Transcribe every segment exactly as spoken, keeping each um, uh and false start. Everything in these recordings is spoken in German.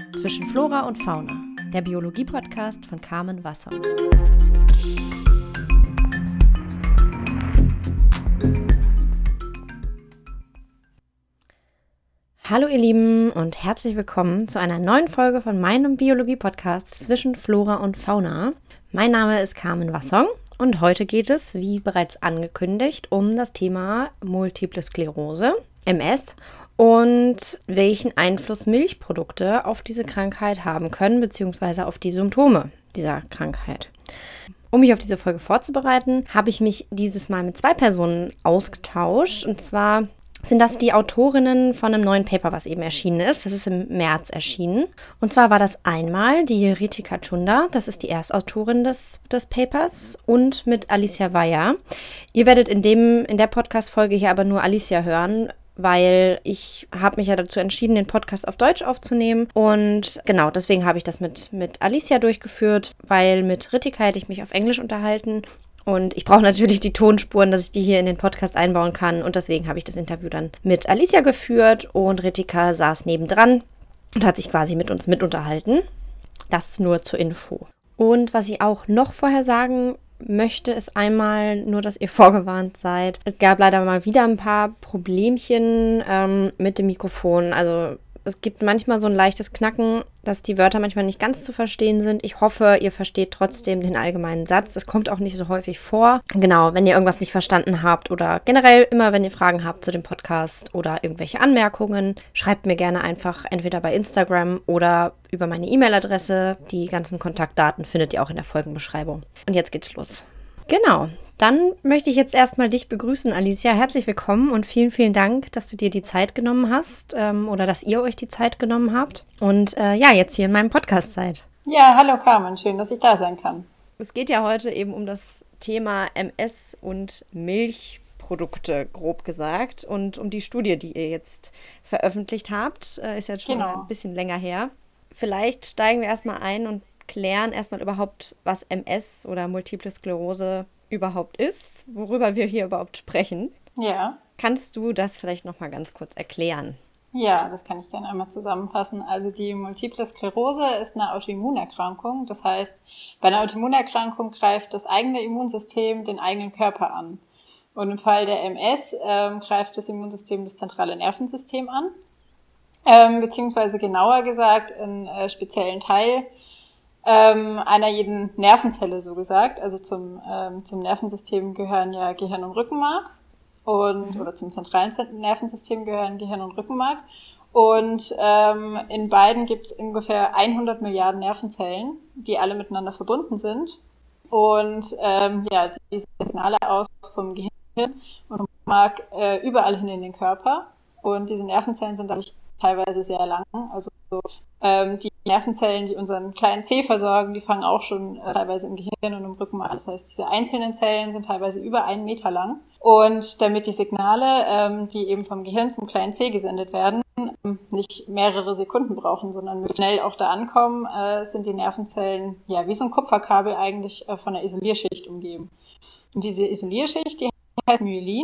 Zwischen Flora und Fauna, der Biologie-Podcast von Carmen Wasson. Hallo ihr Lieben und herzlich willkommen zu einer neuen Folge von meinem Biologie-Podcast Zwischen Flora und Fauna. Mein Name ist Carmen Wasson und heute geht es, wie bereits angekündigt, um das Thema Multiple Sklerose, M S, und welchen Einfluss Milchprodukte auf diese Krankheit haben können, beziehungsweise auf die Symptome dieser Krankheit. Um mich auf diese Folge vorzubereiten, habe ich mich dieses Mal mit zwei Personen ausgetauscht. Und zwar sind das die Autorinnen von einem neuen Paper, was eben erschienen ist. Das ist im März erschienen. Und zwar war das einmal die Ritika Chunda, das ist die Erstautorin des, des Papers, und mit Alicia Weyer. Ihr werdet in, dem, in der Podcast-Folge hier aber nur Alicia hören, weil ich habe mich ja dazu entschieden, den Podcast auf Deutsch aufzunehmen. Und genau, deswegen habe ich das mit, mit Alicia durchgeführt, weil mit Ritika hätte ich mich auf Englisch unterhalten. Und ich brauche natürlich die Tonspuren, dass ich die hier in den Podcast einbauen kann. Und deswegen habe ich das Interview dann mit Alicia geführt und Ritika saß nebendran und hat sich quasi mit uns mit unterhalten. Das nur zur Info. Und was ich auch noch vorher sagen möchte, ist einmal nur, dass ihr vorgewarnt seid. Es gab leider mal wieder ein paar Problemchen ähm, mit dem Mikrofon. Also es gibt manchmal so ein leichtes Knacken, dass die Wörter manchmal nicht ganz zu verstehen sind. Ich hoffe, ihr versteht trotzdem den allgemeinen Satz. Es kommt auch nicht so häufig vor. Genau, wenn ihr irgendwas nicht verstanden habt oder generell immer, wenn ihr Fragen habt zu dem Podcast oder irgendwelche Anmerkungen, schreibt mir gerne einfach entweder bei Instagram oder über meine E-Mail-Adresse. Die ganzen Kontaktdaten findet ihr auch in der Folgenbeschreibung. Und jetzt geht's los. Genau. Dann möchte ich jetzt erstmal dich begrüßen, Alicia. Herzlich willkommen und vielen, vielen Dank, dass du dir die Zeit genommen hast ähm, oder dass ihr euch die Zeit genommen habt und äh, ja, jetzt hier in meinem Podcast seid. Ja, hallo Carmen, schön, dass ich da sein kann. Es geht ja heute eben um das Thema M S und Milchprodukte, grob gesagt, und um die Studie, die ihr jetzt veröffentlicht habt, äh, ist jetzt schon Genau. ein bisschen länger her. Vielleicht steigen wir erstmal ein und klären erstmal überhaupt, was M S oder Multiple Sklerose überhaupt ist, worüber wir hier überhaupt sprechen. Ja. Kannst du das vielleicht noch mal ganz kurz erklären? Ja, das kann ich gerne einmal zusammenfassen. Also die Multiple Sklerose ist eine Autoimmunerkrankung. Das heißt, bei einer Autoimmunerkrankung greift das eigene Immunsystem den eigenen Körper an. Und im Fall der M S ähm, greift das Immunsystem das zentrale Nervensystem an, ähm, beziehungsweise genauer gesagt einen äh, speziellen Teil Ähm, einer jeden Nervenzelle, so gesagt. Also zum, ähm, zum Nervensystem gehören ja Gehirn und Rückenmark und mhm. oder zum zentralen Nervensystem gehören Gehirn und Rückenmark. Und ähm, in beiden gibt es ungefähr hundert Milliarden Nervenzellen, die alle miteinander verbunden sind. Und ähm, ja, diese Signale aus vom Gehirn und vom Rückenmark äh, überall hin in den Körper. Und diese Nervenzellen sind dadurch teilweise sehr lang. Also so, ähm, die Nervenzellen, die unseren kleinen Zeh versorgen, die fangen auch schon äh, teilweise im Gehirn und im Rückenmark. Das heißt, diese einzelnen Zellen sind teilweise über einen Meter lang. Und damit die Signale, ähm, die eben vom Gehirn zum kleinen Zeh gesendet werden, ähm, nicht mehrere Sekunden brauchen, sondern schnell auch da ankommen, äh, sind die Nervenzellen ja wie so ein Kupferkabel eigentlich äh, von einer Isolierschicht umgeben. Und diese Isolierschicht, die heißt Myelin.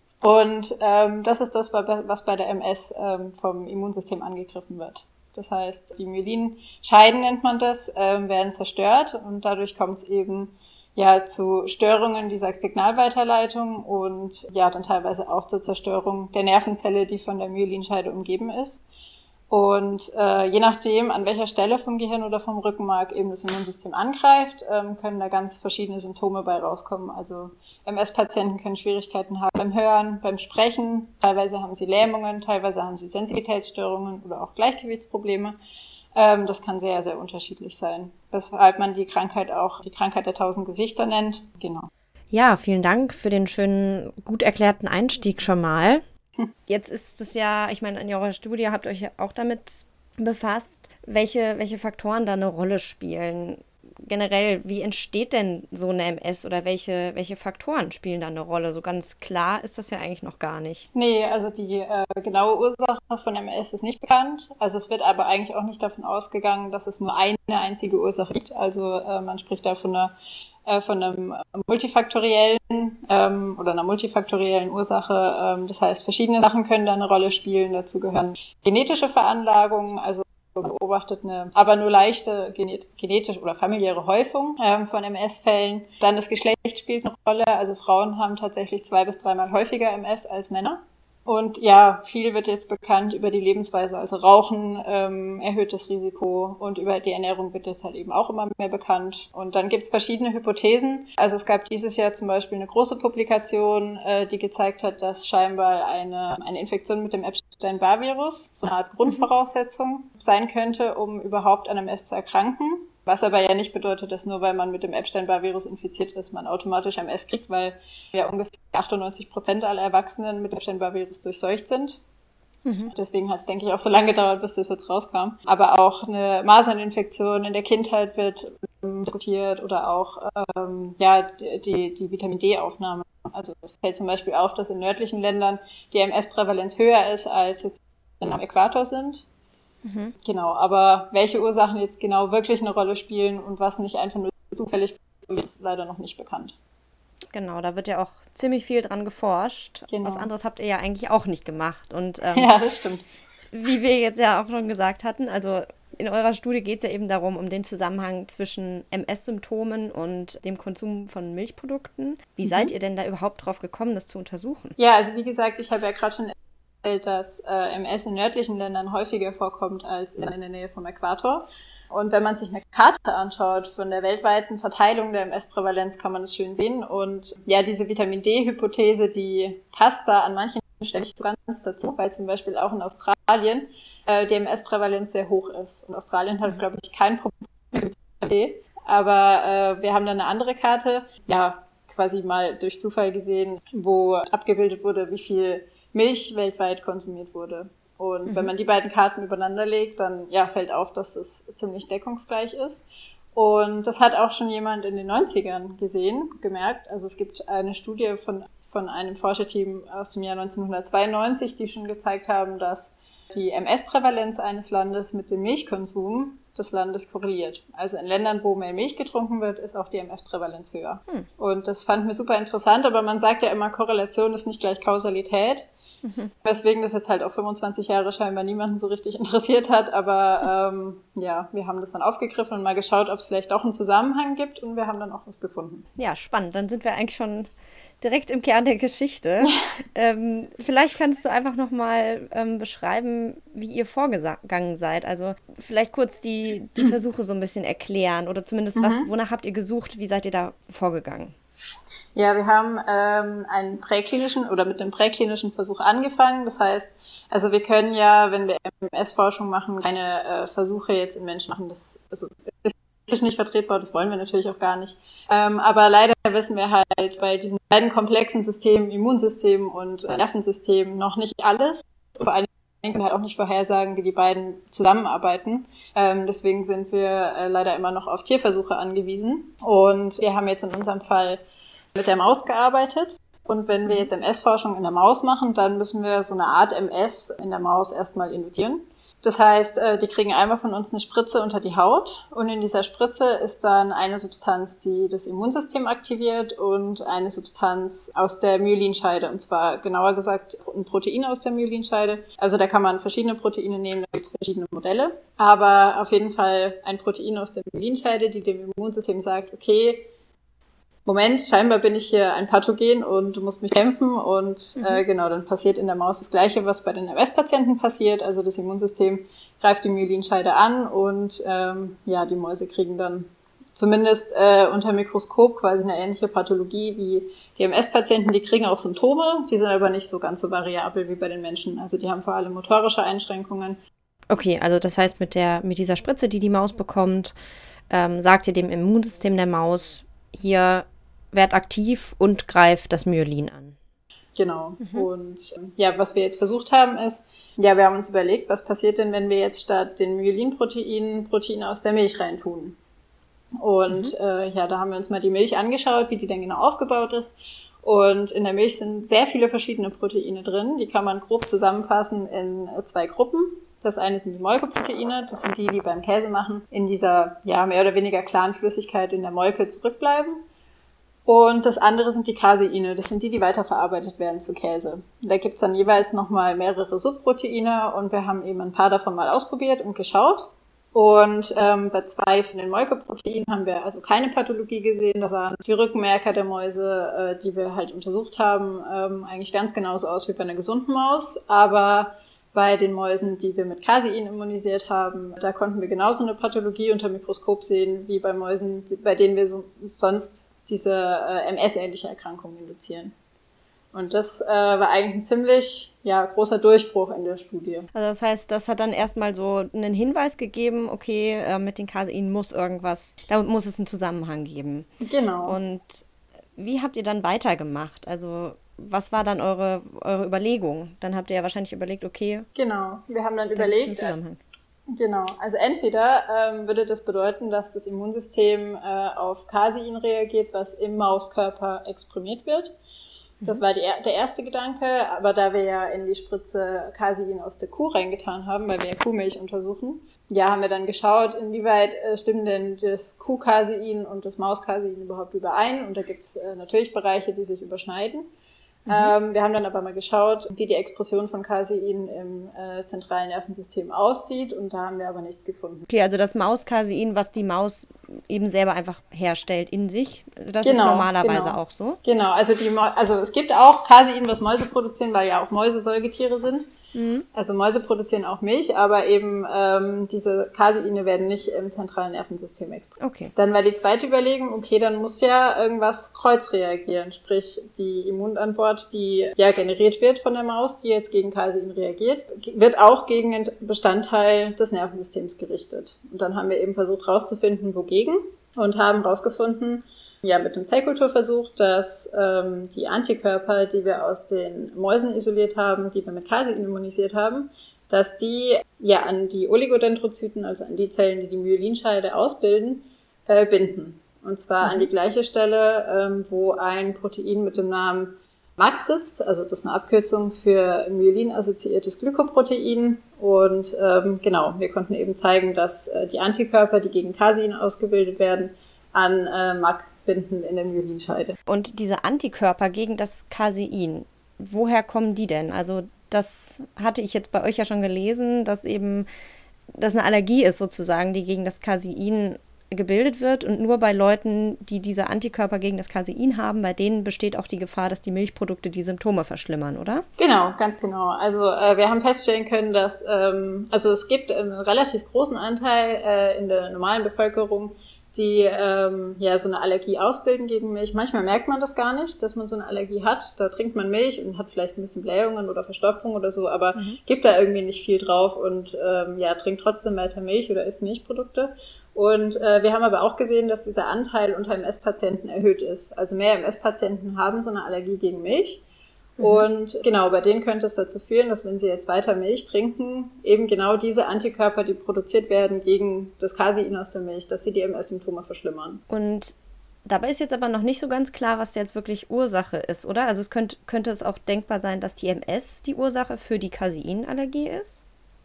Und ähm, das ist das, was bei der M S ähm, vom Immunsystem angegriffen wird. Das heißt, die Myelinscheiden nennt man das, ähm, werden zerstört und dadurch kommt es eben ja zu Störungen dieser Signalweiterleitung und ja dann teilweise auch zur Zerstörung der Nervenzelle, die von der Myelinscheide umgeben ist. Und äh, je nachdem, an welcher Stelle vom Gehirn oder vom Rückenmark eben das Immunsystem angreift, ähm, können da ganz verschiedene Symptome bei rauskommen. Also M S-Patienten können Schwierigkeiten haben beim Hören, beim Sprechen. Teilweise haben sie Lähmungen, teilweise haben sie Sensitivitätsstörungen oder auch Gleichgewichtsprobleme. Ähm, das kann sehr, sehr unterschiedlich sein. Weshalb man die Krankheit auch die Krankheit der tausend Gesichter nennt. Genau. Ja, vielen Dank für den schönen, gut erklärten Einstieg schon mal. Jetzt ist es ja, ich meine, in eurer Studie habt ihr euch ja auch damit befasst, welche, welche Faktoren da eine Rolle spielen. Generell, wie entsteht denn so eine M S oder welche, welche Faktoren spielen da eine Rolle? So ganz klar ist das ja eigentlich noch gar nicht. Nee, also die äh, genaue Ursache von M S ist nicht bekannt. Also es wird aber eigentlich auch nicht davon ausgegangen, dass es nur eine einzige Ursache gibt. Also äh, man spricht da von einer äh, von einem multifaktoriellen ähm, oder einer multifaktoriellen Ursache. Ähm, das heißt, verschiedene Sachen können da eine Rolle spielen. Dazu gehören genetische Veranlagungen, also beobachtet eine, aber nur leichte genetische oder familiäre Häufung ähm, von M S-Fällen. Dann das Geschlecht spielt eine Rolle. Also Frauen haben tatsächlich zwei bis dreimal häufiger M S als Männer. Und ja, viel wird jetzt bekannt über die Lebensweise, also Rauchen, ähm, erhöhtes Risiko, und über die Ernährung wird jetzt halt eben auch immer mehr bekannt. Und dann gibt's verschiedene Hypothesen. Also es gab dieses Jahr zum Beispiel eine große Publikation, äh, die gezeigt hat, dass scheinbar eine, eine Infektion mit dem Epstein-Barr-Virus so eine Art Grundvoraussetzung sein könnte, um überhaupt an M S zu erkranken. Was aber ja nicht bedeutet, dass nur weil man mit dem Epstein-Barr-Virus infiziert ist, man automatisch M S kriegt, weil ja ungefähr achtundneunzig Prozent aller Erwachsenen mit dem Epstein-Barr-Virus durchseucht sind. Mhm. Deswegen hat es, denke ich, auch so lange gedauert, bis das jetzt rauskam. Aber auch eine Maserninfektion in der Kindheit wird ähm, diskutiert oder auch ähm, ja die, die Vitamin-D-Aufnahme. Also es fällt zum Beispiel auf, dass in nördlichen Ländern die M S-Prävalenz höher ist, als jetzt am Äquator sind. Mhm. Genau, aber welche Ursachen jetzt genau wirklich eine Rolle spielen und was nicht einfach nur zufällig ist, leider noch nicht bekannt. Genau, da wird ja auch ziemlich viel dran geforscht. Genau. Was anderes habt ihr ja eigentlich auch nicht gemacht. Und ähm, ja, das stimmt. Wie wir jetzt ja auch schon gesagt hatten, also in eurer Studie geht es ja eben darum, um den Zusammenhang zwischen M S-Symptomen und dem Konsum von Milchprodukten. Wie mhm. seid ihr denn da überhaupt drauf gekommen, das zu untersuchen? Ja, also wie gesagt, ich habe ja gerade schon dass äh, M S in nördlichen Ländern häufiger vorkommt als in, in der Nähe vom Äquator. Und wenn man sich eine Karte anschaut von der weltweiten Verteilung der M S-Prävalenz, kann man das schön sehen. Und ja, diese Vitamin-D-Hypothese, die passt da an manchen Stellen nicht so ganz dazu, weil zum Beispiel auch in Australien äh, die M S-Prävalenz sehr hoch ist. Und Australien hat, glaube ich, kein Problem mit Vitamin D. Aber äh, wir haben dann eine andere Karte, ja, quasi mal durch Zufall gesehen, wo abgebildet wurde, wie viel Milch weltweit konsumiert wurde. Und mhm. wenn man die beiden Karten übereinander legt, dann ja, fällt auf, dass es ziemlich deckungsgleich ist. Und das hat auch schon jemand in den neunzigern gesehen, gemerkt. Also es gibt eine Studie von, von einem Forscherteam aus dem Jahr neunzehnhundertzweiundneunzig, die schon gezeigt haben, dass die M S-Prävalenz eines Landes mit dem Milchkonsum des Landes korreliert. Also in Ländern, wo mehr Milch getrunken wird, ist auch die M S-Prävalenz höher. Hm. Und das fanden wir super interessant, aber man sagt ja immer, Korrelation ist nicht gleich Kausalität. Mhm. Weswegen das jetzt halt auch fünfundzwanzig Jahre scheinbar niemanden so richtig interessiert hat. Aber ähm, ja, wir haben das dann aufgegriffen und mal geschaut, ob es vielleicht doch einen Zusammenhang gibt. Und wir haben dann auch was gefunden. Ja, spannend. Dann sind wir eigentlich schon direkt im Kern der Geschichte. ähm, vielleicht kannst du einfach nochmal ähm, beschreiben, wie ihr vorgegangen seid. Also vielleicht kurz die, die Versuche so ein bisschen erklären. Oder zumindest, was, wonach habt ihr gesucht? Wie seid ihr da vorgegangen? Ja, wir haben ähm, einen präklinischen oder mit einem präklinischen Versuch angefangen. Das heißt, also wir können ja, wenn wir M S-Forschung machen, keine äh, Versuche jetzt in Menschen machen. Das also, ist nicht vertretbar, das wollen wir natürlich auch gar nicht. Ähm, aber leider wissen wir halt bei diesen beiden komplexen Systemen, Immunsystem und äh, Nervensystem, noch nicht alles. Vor allem können wir halt auch nicht vorhersagen, wie die beiden zusammenarbeiten. Ähm, deswegen sind wir äh, leider immer noch auf Tierversuche angewiesen. Und wir haben jetzt in unserem Fall mit der Maus gearbeitet. Und wenn wir jetzt M S-Forschung in der Maus machen, dann müssen wir so eine Art M S in der Maus erstmal induzieren. Das heißt, die kriegen einmal von uns eine Spritze unter die Haut und in dieser Spritze ist dann eine Substanz, die das Immunsystem aktiviert und eine Substanz aus der Myelinscheide, und zwar genauer gesagt ein Protein aus der Myelinscheide. Also da kann man verschiedene Proteine nehmen, da gibt es verschiedene Modelle, aber auf jeden Fall ein Protein aus der Myelinscheide, die dem Immunsystem sagt, okay, Moment, scheinbar bin ich hier ein Pathogen und du musst mich kämpfen und mhm. äh, genau, dann passiert in der Maus das Gleiche, was bei den M S-Patienten passiert. Also das Immunsystem greift die Myelinscheide an und ähm, ja, die Mäuse kriegen dann zumindest äh, unter Mikroskop quasi eine ähnliche Pathologie wie die M S-Patienten. Die kriegen auch Symptome, die sind aber nicht so ganz so variabel wie bei den Menschen. Also die haben vor allem motorische Einschränkungen. Okay, also das heißt, mit der mit dieser Spritze, die die Maus bekommt, ähm, sagt ihr dem Immunsystem der Maus, hier werd aktiv und greift das Myelin an. Genau. Mhm. Und ja, was wir jetzt versucht haben ist, ja, wir haben uns überlegt, was passiert denn, wenn wir jetzt statt den Myelinproteinen Proteine aus der Milch reintun. Und mhm. äh, ja, da haben wir uns mal die Milch angeschaut, wie die denn genau aufgebaut ist. Und in der Milch sind sehr viele verschiedene Proteine drin. Die kann man grob zusammenfassen in zwei Gruppen. Das eine sind die Molkeproteine, das sind die, die beim Käse machen, in dieser ja mehr oder weniger klaren Flüssigkeit in der Molke zurückbleiben. Und das andere sind die Caseine. Das sind die, die weiterverarbeitet werden zu Käse. Da gibt's dann jeweils nochmal mehrere Subproteine und wir haben eben ein paar davon mal ausprobiert und geschaut. Und ähm, bei zwei von den Molkeproteinen haben wir also keine Pathologie gesehen. Das sahen die Rückenmerker der Mäuse, äh, die wir halt untersucht haben, ähm, eigentlich ganz genauso aus wie bei einer gesunden Maus. Aber bei den Mäusen, die wir mit Casein immunisiert haben, da konnten wir genauso eine Pathologie unter Mikroskop sehen, wie bei Mäusen, bei denen wir so, sonst diese äh, M S-ähnliche Erkrankungen induzieren. Und das äh, war eigentlich ein ziemlich ja, großer Durchbruch in der Studie. Also das heißt, das hat dann erstmal so einen Hinweis gegeben, okay, äh, mit den Caseinen muss irgendwas, da muss es einen Zusammenhang geben. Genau. Und wie habt ihr dann weitergemacht? Also was war dann eure, eure Überlegung? Dann habt ihr ja wahrscheinlich überlegt, okay. Genau, wir haben dann da überlegt. Einen Zusammenhang. Genau, also entweder ähm, würde das bedeuten, dass das Immunsystem äh, auf Casein reagiert, was im Mauskörper exprimiert wird. Das war die, der erste Gedanke, aber da wir ja in die Spritze Casein aus der Kuh reingetan haben, weil wir ja Kuhmilch untersuchen, ja, haben wir dann geschaut, inwieweit äh, stimmen denn das Kuh-Casein und das Maus-Casein überhaupt überein. Und da gibt's äh, natürlich Bereiche, die sich überschneiden. Mhm. Ähm, wir haben dann aber mal geschaut, wie die Expression von Casein im äh, zentralen Nervensystem aussieht und da haben wir aber nichts gefunden. Okay, also das Maus-Casein, was die Maus eben selber einfach herstellt in sich, das genau, ist normalerweise genau. auch so? Genau, also die, also es gibt auch Casein, was Mäuse produzieren, weil ja auch Mäuse Säugetiere sind. Mhm. Also Mäuse produzieren auch Milch, aber eben ähm, diese Caseine werden nicht im zentralen Nervensystem exprimiert. Okay. Dann war die zweite Überlegung, okay, dann muss ja irgendwas kreuzreagieren, sprich die Immunantwort, die ja generiert wird von der Maus, die jetzt gegen Casein reagiert, wird auch gegen einen Bestandteil des Nervensystems gerichtet. Und dann haben wir eben versucht rauszufinden, wogegen und haben rausgefunden, ja, mit einem Zellkulturversuch, dass ähm, die Antikörper, die wir aus den Mäusen isoliert haben, die wir mit Casein immunisiert haben, dass die ja an die Oligodendrozyten, also an die Zellen, die die Myelinscheide ausbilden, äh, binden. Und zwar mhm. an die gleiche Stelle, ähm, wo ein Protein mit dem Namen M A G sitzt, also das ist eine Abkürzung für Myelin-assoziiertes Glykoprotein. Und ähm, genau, wir konnten eben zeigen, dass äh, die Antikörper, die gegen Casein ausgebildet werden, an äh, M A G binden in der Myelinscheide. Und diese Antikörper gegen das Casein, woher kommen die denn? Also das hatte ich jetzt bei euch ja schon gelesen, dass eben das eine Allergie ist sozusagen, die gegen das Casein gebildet wird und nur bei Leuten, die diese Antikörper gegen das Casein haben, bei denen besteht auch die Gefahr, dass die Milchprodukte die Symptome verschlimmern, oder? Genau, ganz genau. Also äh, wir haben feststellen können, dass ähm, also es gibt einen relativ großen Anteil äh, in der normalen Bevölkerung, die ähm, ja so eine Allergie ausbilden gegen Milch. Manchmal merkt man das gar nicht, dass man so eine Allergie hat. Da trinkt man Milch und hat vielleicht ein bisschen Blähungen oder Verstopfung oder so, aber mhm. gibt da irgendwie nicht viel drauf und ähm, ja trinkt trotzdem weiter Milch oder isst Milchprodukte. Und äh, wir haben aber auch gesehen, dass dieser Anteil unter M S-Patienten erhöht ist. Also mehr M S-Patienten haben so eine Allergie gegen Milch. Mhm. Und genau, bei denen könnte es dazu führen, dass wenn sie jetzt weiter Milch trinken, eben genau diese Antikörper, die produziert werden gegen das Casein aus der Milch, dass sie die M S-Symptome verschlimmern. Und dabei ist jetzt aber noch nicht so ganz klar, was jetzt wirklich Ursache ist, oder? Also es könnte, könnte es auch denkbar sein, dass die M S die Ursache für die Caseinallergie ist?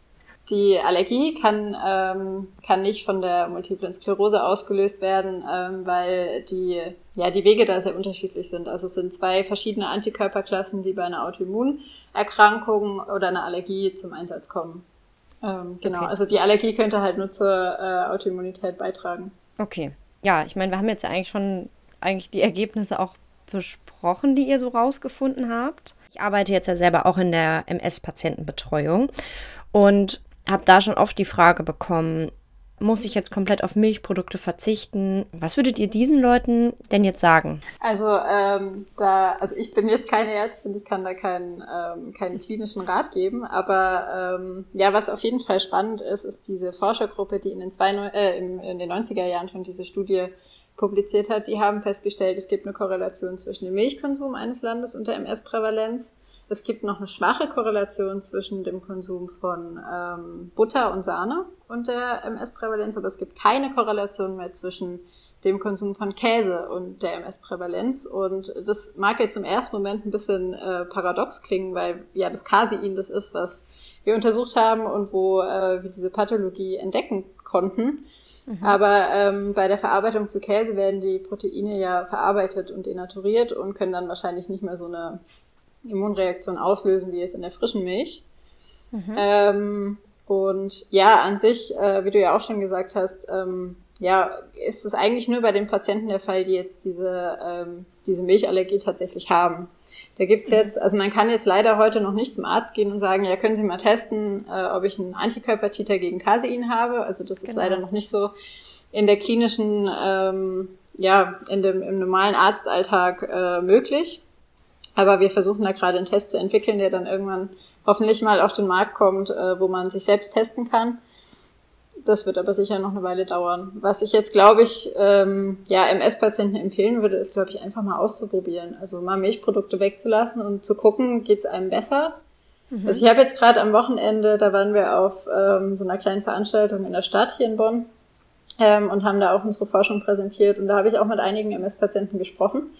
Die Allergie kann ähm, kann nicht von der Multiplen Sklerose ausgelöst werden, ähm, weil die ja die Wege da sehr unterschiedlich sind. Also es sind zwei verschiedene Antikörperklassen, die bei einer Autoimmunerkrankung oder einer Allergie zum Einsatz kommen. Ähm, genau, okay. Also die Allergie könnte halt nur zur äh, Autoimmunität beitragen. Okay, ja, ich meine, wir haben jetzt ja eigentlich schon eigentlich die Ergebnisse auch besprochen, die ihr so rausgefunden habt. Ich arbeite jetzt ja selber auch in der M S-Patientenbetreuung und habe da schon oft die Frage bekommen, muss ich jetzt komplett auf Milchprodukte verzichten? Was würdet ihr diesen Leuten denn jetzt sagen? Also ähm, da, also ich bin jetzt keine Ärztin, ich kann da keinen ähm, keinen klinischen Rat geben, aber ähm, ja, was auf jeden Fall spannend ist, ist diese Forschergruppe, die in den zwei, äh, in, in den neunziger Jahren schon diese Studie publiziert hat. Die haben festgestellt, es gibt eine Korrelation zwischen dem Milchkonsum eines Landes und der M S-Prävalenz. Es gibt noch eine schwache Korrelation zwischen dem Konsum von ähm, Butter und Sahne und der M S-Prävalenz, aber es gibt keine Korrelation mehr zwischen dem Konsum von Käse und der M S-Prävalenz. Und das mag jetzt im ersten Moment ein bisschen äh, paradox klingen, weil ja das Casein das ist, was wir untersucht haben und wo äh, wir diese Pathologie entdecken konnten. Mhm. Aber ähm, bei der Verarbeitung zu Käse werden die Proteine ja verarbeitet und denaturiert und können dann wahrscheinlich nicht mehr so eine Immunreaktion auslösen wie jetzt in der frischen Milch. Mhm. Ähm, und ja, an sich, äh, wie du ja auch schon gesagt hast, ähm, ja, ist es eigentlich nur bei den Patienten der Fall, die jetzt diese ähm, diese Milchallergie tatsächlich haben. Da gibt's jetzt, also man kann jetzt leider heute noch nicht zum Arzt gehen und sagen, ja, können Sie mal testen, äh, ob ich einen Antikörpertiter gegen Casein habe. Also das ist genau. leider noch nicht so in der klinischen, ähm, ja, in dem im normalen Arztalltag äh, möglich. Aber wir versuchen da gerade einen Test zu entwickeln, der dann irgendwann hoffentlich mal auf den Markt kommt, äh, wo man sich selbst testen kann. Das wird aber sicher noch eine Weile dauern. Was ich jetzt, glaube ich, ähm, ja, M S-Patienten empfehlen würde, ist, glaube ich, einfach mal auszuprobieren. Also mal Milchprodukte wegzulassen und zu gucken, geht's einem besser. Mhm. Also ich habe jetzt gerade am Wochenende, da waren wir auf ähm, so einer kleinen Veranstaltung in der Stadt hier in Bonn ähm, und haben da auch unsere Forschung präsentiert. Und da habe ich auch mit einigen M S-Patienten gesprochen.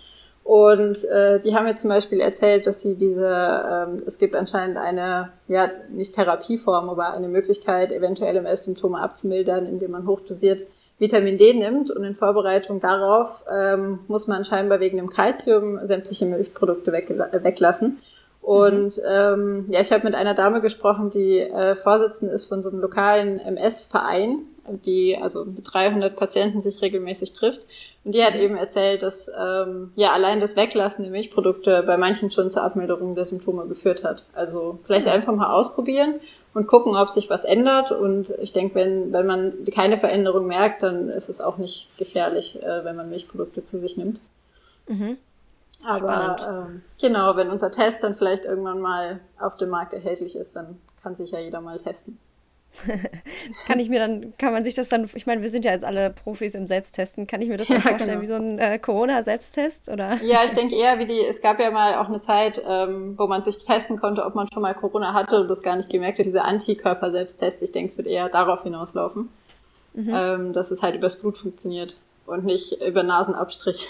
Und äh, die haben mir zum Beispiel erzählt, dass sie diese, ähm, es gibt anscheinend eine, ja, nicht Therapieform, aber eine Möglichkeit, eventuell M S-Symptome abzumildern, indem man hochdosiert Vitamin D nimmt. Und in Vorbereitung darauf ähm, muss man scheinbar wegen dem Kalzium sämtliche Milchprodukte weg, weglassen. Und mhm. ähm, ja, ich habe mit einer Dame gesprochen, die äh, Vorsitzende ist von so einem lokalen M S-Verein, die also mit dreihundert Patienten sich regelmäßig trifft. Und die hat eben erzählt, dass ähm, ja allein das Weglassen der Milchprodukte bei manchen schon zur Abmilderung der Symptome geführt hat. Also vielleicht ja. einfach mal ausprobieren und gucken, ob sich was ändert. Und ich denke, wenn wenn man keine Veränderung merkt, dann ist es auch nicht gefährlich, äh, wenn man Milchprodukte zu sich nimmt. Mhm. Aber ähm, genau, wenn unser Test dann vielleicht irgendwann mal auf dem Markt erhältlich ist, dann kann sich ja jeder mal testen. Kann ich mir dann, kann man sich das dann, ich meine, wir sind ja jetzt alle Profis im Selbsttesten, kann ich mir das dann ja, vorstellen, genau. wie so ein äh, Corona-Selbsttest, oder? Ja, ich denke eher wie die, es gab ja mal auch eine Zeit, ähm, wo man sich testen konnte, ob man schon mal Corona hatte und das gar nicht gemerkt hat, diese Antikörper-Selbsttest, ich denke, es wird eher darauf hinauslaufen, mhm. ähm, dass es halt übers Blut funktioniert und nicht über Nasenabstrich.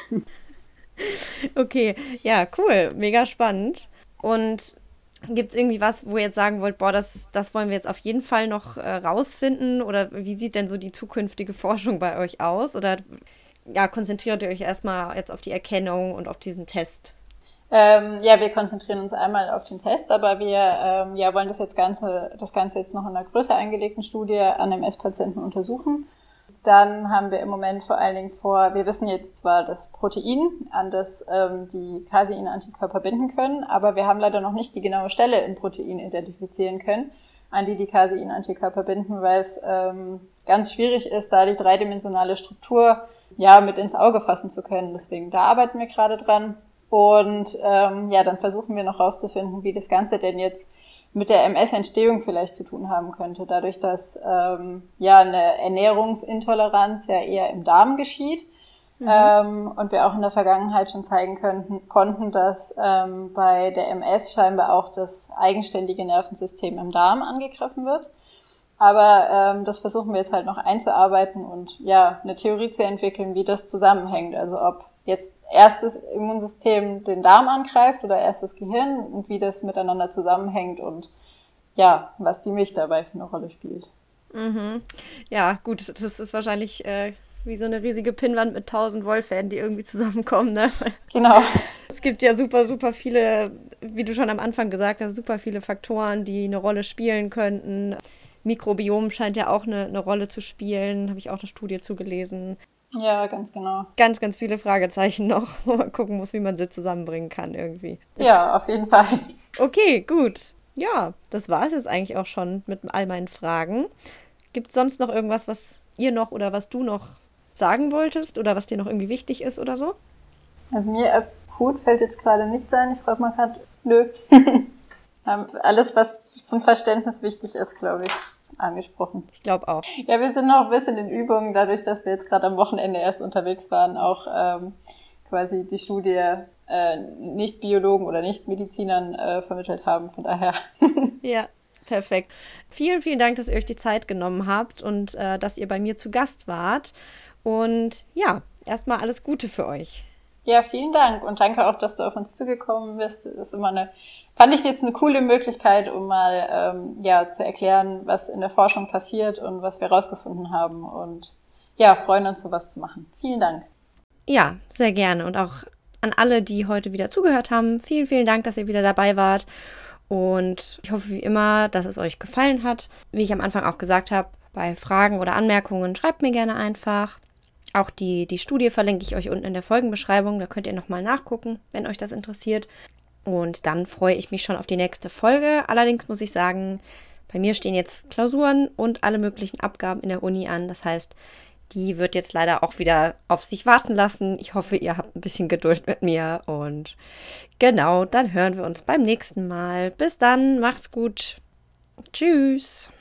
Okay, ja, cool, mega spannend. Und gibt es irgendwie was, wo ihr jetzt sagen wollt, boah, das, das wollen wir jetzt auf jeden Fall noch äh, rausfinden? Oder wie sieht denn so die zukünftige Forschung bei euch aus? Oder ja, konzentriert ihr euch erstmal jetzt auf die Erkennung und auf diesen Test? Ähm, ja, wir konzentrieren uns einmal auf den Test, aber wir ähm, ja, wollen das, jetzt Ganze, das Ganze jetzt noch in einer größer angelegten Studie an M S-Patienten untersuchen. Dann haben wir im Moment vor allen Dingen vor, wir wissen jetzt zwar das Protein, an das ähm, die Casein-Antikörper binden können, aber wir haben leider noch nicht die genaue Stelle im Protein identifizieren können, an die die Casein-Antikörper binden, weil es ähm, ganz schwierig ist, da die dreidimensionale Struktur ja mit ins Auge fassen zu können. Deswegen, da arbeiten wir gerade dran. Und ähm, ja, dann versuchen wir noch rauszufinden, wie das Ganze denn jetzt mit der M S-Entstehung vielleicht zu tun haben könnte, dadurch, dass ähm, ja eine Ernährungsintoleranz ja eher im Darm geschieht mhm. ähm, und wir auch in der Vergangenheit schon zeigen könnten, konnten, dass ähm, bei der M S scheinbar auch das eigenständige Nervensystem im Darm angegriffen wird. Aber ähm, das versuchen wir jetzt halt noch einzuarbeiten und ja eine Theorie zu entwickeln, wie das zusammenhängt, also ob jetzt erst das Immunsystem den Darm angreift oder erst das Gehirn und wie das miteinander zusammenhängt und ja, was die Milch dabei für eine Rolle spielt. Mhm. Ja, gut, das ist wahrscheinlich äh, wie so eine riesige Pinnwand mit tausend Wollfäden, die irgendwie zusammenkommen, ne? Genau. Es gibt ja super, super viele, wie du schon am Anfang gesagt hast, super viele Faktoren, die eine Rolle spielen könnten. Mikrobiom scheint ja auch eine, eine Rolle zu spielen, habe ich auch eine Studie zugelesen. Ja, ganz genau. Ganz, ganz viele Fragezeichen noch, wo man gucken muss, wie man sie zusammenbringen kann irgendwie. Ja, auf jeden Fall. Okay, gut. Ja, das war es jetzt eigentlich auch schon mit all meinen Fragen. Gibt es sonst noch irgendwas, was ihr noch oder was du noch sagen wolltest oder was dir noch irgendwie wichtig ist oder so? Also mir akut fällt jetzt gerade nichts ein. Ich frage mal gerade, nö. Alles, was zum Verständnis wichtig ist, glaube ich, angesprochen. Ich glaube auch. Ja, wir sind noch ein bisschen in Übungen, dadurch, dass wir jetzt gerade am Wochenende erst unterwegs waren, auch ähm, quasi die Studie äh, Nicht-Biologen oder Nicht-Medizinern äh, vermittelt haben, von daher. Ja, perfekt. Vielen, vielen Dank, dass ihr euch die Zeit genommen habt und äh, dass ihr bei mir zu Gast wart. Und ja, erstmal alles Gute für euch. Ja, vielen Dank und danke auch, dass du auf uns zugekommen bist. Das ist immer eine, fand ich jetzt eine coole Möglichkeit, um mal ähm, ja zu erklären, was in der Forschung passiert und was wir rausgefunden haben und ja, freuen uns, sowas zu machen. Vielen Dank. Ja, sehr gerne und auch an alle, die heute wieder zugehört haben. Vielen, vielen Dank, dass ihr wieder dabei wart und ich hoffe wie immer, dass es euch gefallen hat. Wie ich am Anfang auch gesagt habe, bei Fragen oder Anmerkungen schreibt mir gerne einfach. Auch die, die Studie verlinke ich euch unten in der Folgenbeschreibung. Da könnt ihr nochmal nachgucken, wenn euch das interessiert. Und dann freue ich mich schon auf die nächste Folge. Allerdings muss ich sagen, bei mir stehen jetzt Klausuren und alle möglichen Abgaben in der Uni an. Das heißt, die wird jetzt leider auch wieder auf sich warten lassen. Ich hoffe, ihr habt ein bisschen Geduld mit mir. Und genau, dann hören wir uns beim nächsten Mal. Bis dann, macht's gut. Tschüss.